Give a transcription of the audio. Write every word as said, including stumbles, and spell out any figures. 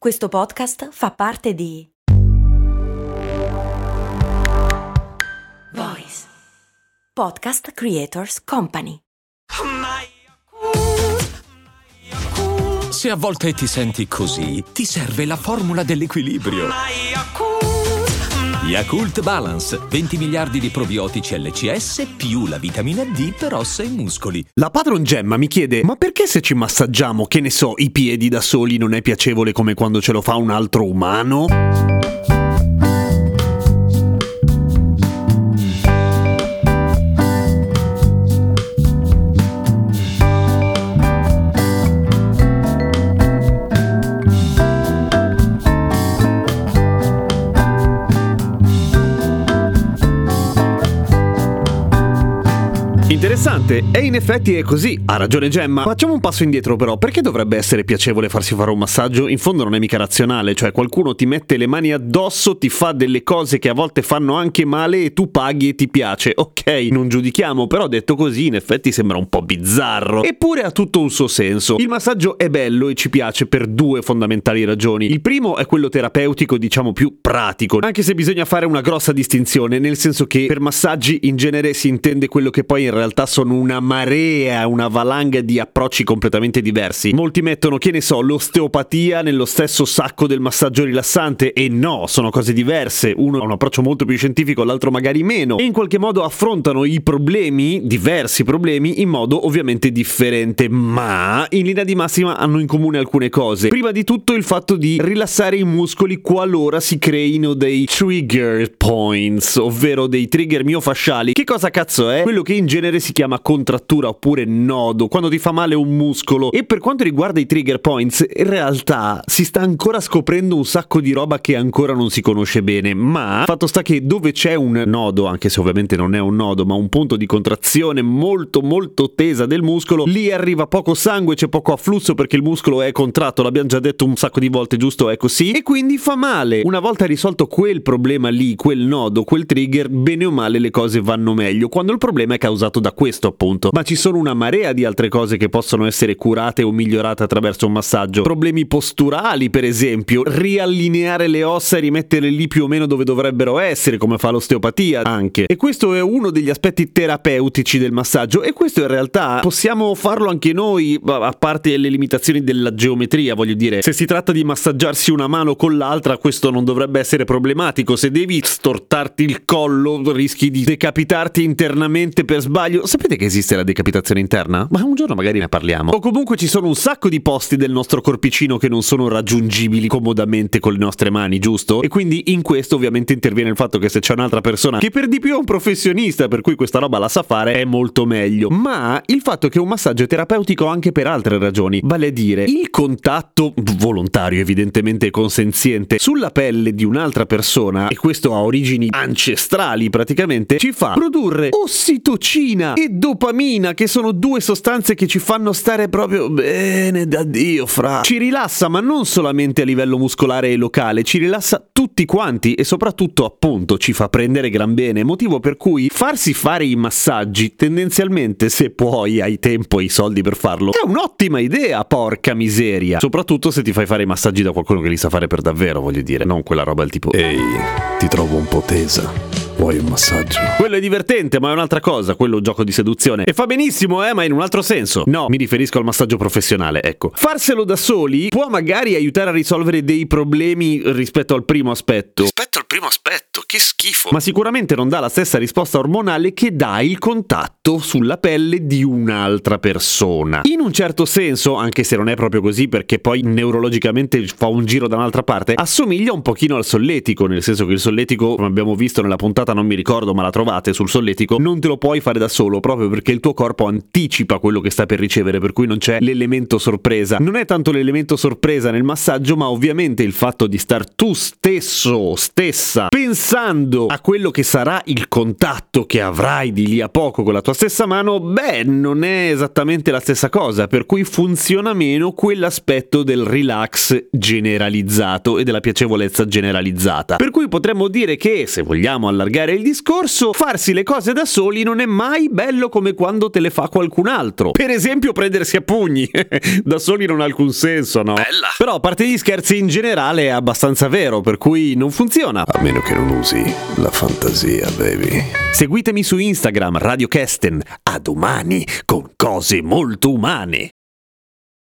Questo podcast fa parte di Voice Podcast Creators Company. Se a volte ti senti così, ti serve la formula dell'equilibrio. Yakult Balance, venti miliardi di probiotici L C S più la vitamina D per ossa e muscoli. La patron Gemma mi chiede: ma perché se ci massaggiamo, che ne so, i piedi da soli non è piacevole come quando ce lo fa un altro umano? Interessante, e in effetti è così, ha ragione Gemma. Facciamo un passo indietro però, perché dovrebbe essere piacevole farsi fare un massaggio? In fondo non è mica razionale, cioè qualcuno ti mette le mani addosso, ti fa delle cose che a volte fanno anche male e tu paghi e ti piace. Ok, non giudichiamo, però detto così in effetti sembra un po' bizzarro. Eppure ha tutto un suo senso. Il massaggio è bello e ci piace per due fondamentali ragioni. Il primo è quello terapeutico, diciamo più pratico, anche se bisogna fare una grossa distinzione, nel senso che per massaggi in genere si intende quello che poi in realtà sono una marea, una valanga di approcci completamente diversi. Molti mettono, che ne so, l'osteopatia nello stesso sacco del massaggio rilassante, e no, sono cose diverse. Uno ha un approccio molto più scientifico, l'altro magari meno, e in qualche modo affrontano i problemi, diversi problemi, in modo ovviamente differente, ma in linea di massima hanno in comune alcune cose. Prima di tutto il fatto di rilassare i muscoli qualora si creino dei trigger points, ovvero dei trigger miofasciali. Che cosa cazzo è? Quello che in genere si chiama contrattura oppure nodo, quando ti fa male un muscolo. E per quanto riguarda i trigger points, in realtà si sta ancora scoprendo un sacco di roba che ancora non si conosce bene, ma fatto sta che dove c'è un nodo, anche se ovviamente non è un nodo ma un punto di contrazione molto molto tesa del muscolo, lì arriva poco sangue, c'è poco afflusso perché il muscolo è contratto, l'abbiamo già detto un sacco di volte, giusto? È così, e quindi fa male. Una volta risolto quel problema lì, quel nodo, quel trigger, bene o male le cose vanno meglio, quando il problema è causato da questo appunto. Ma ci sono una marea di altre cose che possono essere curate o migliorate attraverso un massaggio. Problemi posturali, per esempio, riallineare le ossa e rimetterle lì più o meno dove dovrebbero essere, come fa l'osteopatia anche. E questo è uno degli aspetti terapeutici del massaggio, e questo in realtà possiamo farlo anche noi, a parte le limitazioni della geometria, voglio dire. Se si tratta di massaggiarsi una mano con l'altra, questo non dovrebbe essere problematico. Se devi stortarti il collo, rischi di decapitarti internamente per sbaglio. Sapete che esiste la decapitazione interna? Ma un giorno magari ne parliamo. O comunque ci sono un sacco di posti del nostro corpicino che non sono raggiungibili comodamente con le nostre mani, giusto? E quindi in questo ovviamente interviene il fatto che se c'è un'altra persona che per di più è un professionista, per cui questa roba la sa fare, è molto meglio. Ma il fatto che un massaggio è terapeutico anche per altre ragioni, vale a dire il contatto volontario, evidentemente consenziente, sulla pelle di un'altra persona, e questo ha origini ancestrali praticamente, ci fa produrre ossitocina e dopamina, che sono due sostanze che ci fanno stare proprio bene da Dio, fra. Ci rilassa, ma non solamente a livello muscolare e locale, ci rilassa tutti quanti, e soprattutto appunto ci fa prendere gran bene, motivo per cui farsi fare i massaggi tendenzialmente, se puoi, hai tempo e i soldi per farlo, è un'ottima idea, porca miseria, soprattutto se ti fai fare i massaggi da qualcuno che li sa fare per davvero, voglio dire, non quella roba del tipo: ehi, ti trovo un po' tesa, vuoi un massaggio? Quello è divertente, ma è un'altra cosa, quello è un gioco di seduzione. E fa benissimo, eh, ma in un altro senso. No, mi riferisco al massaggio professionale, ecco. Farselo da soli può magari aiutare a risolvere dei problemi rispetto al primo aspetto. Rispetto al primo aspetto? Che schifo. Ma sicuramente non dà la stessa risposta ormonale che dà il contatto sulla pelle di un'altra persona. In un certo senso, anche se non è proprio così, perché poi neurologicamente fa un giro da un'altra parte, assomiglia un pochino al solletico, nel senso che il solletico, come abbiamo visto nella puntata, non mi ricordo, ma la trovate sul solletico, non te lo puoi fare da solo, proprio perché il tuo corpo anticipa quello che sta per ricevere, per cui non c'è l'elemento sorpresa. Non è tanto l'elemento sorpresa nel massaggio, ma ovviamente il fatto di star tu stesso, stessa, pensando a quello che sarà il contatto che avrai di lì a poco con la tua stessa mano, beh, non è esattamente la stessa cosa, per cui funziona meno quell'aspetto del relax generalizzato e della piacevolezza generalizzata. Per cui potremmo dire che, se vogliamo allargare allargare il discorso, farsi le cose da soli non è mai bello come quando te le fa qualcun altro. Per esempio prendersi a pugni. Da soli non ha alcun senso, no? Bella. Però a parte gli scherzi in generale è abbastanza vero, per cui non funziona. A meno che non usi la fantasia, baby. Seguitemi su Instagram, Radio Kesten. A domani con cose molto umane.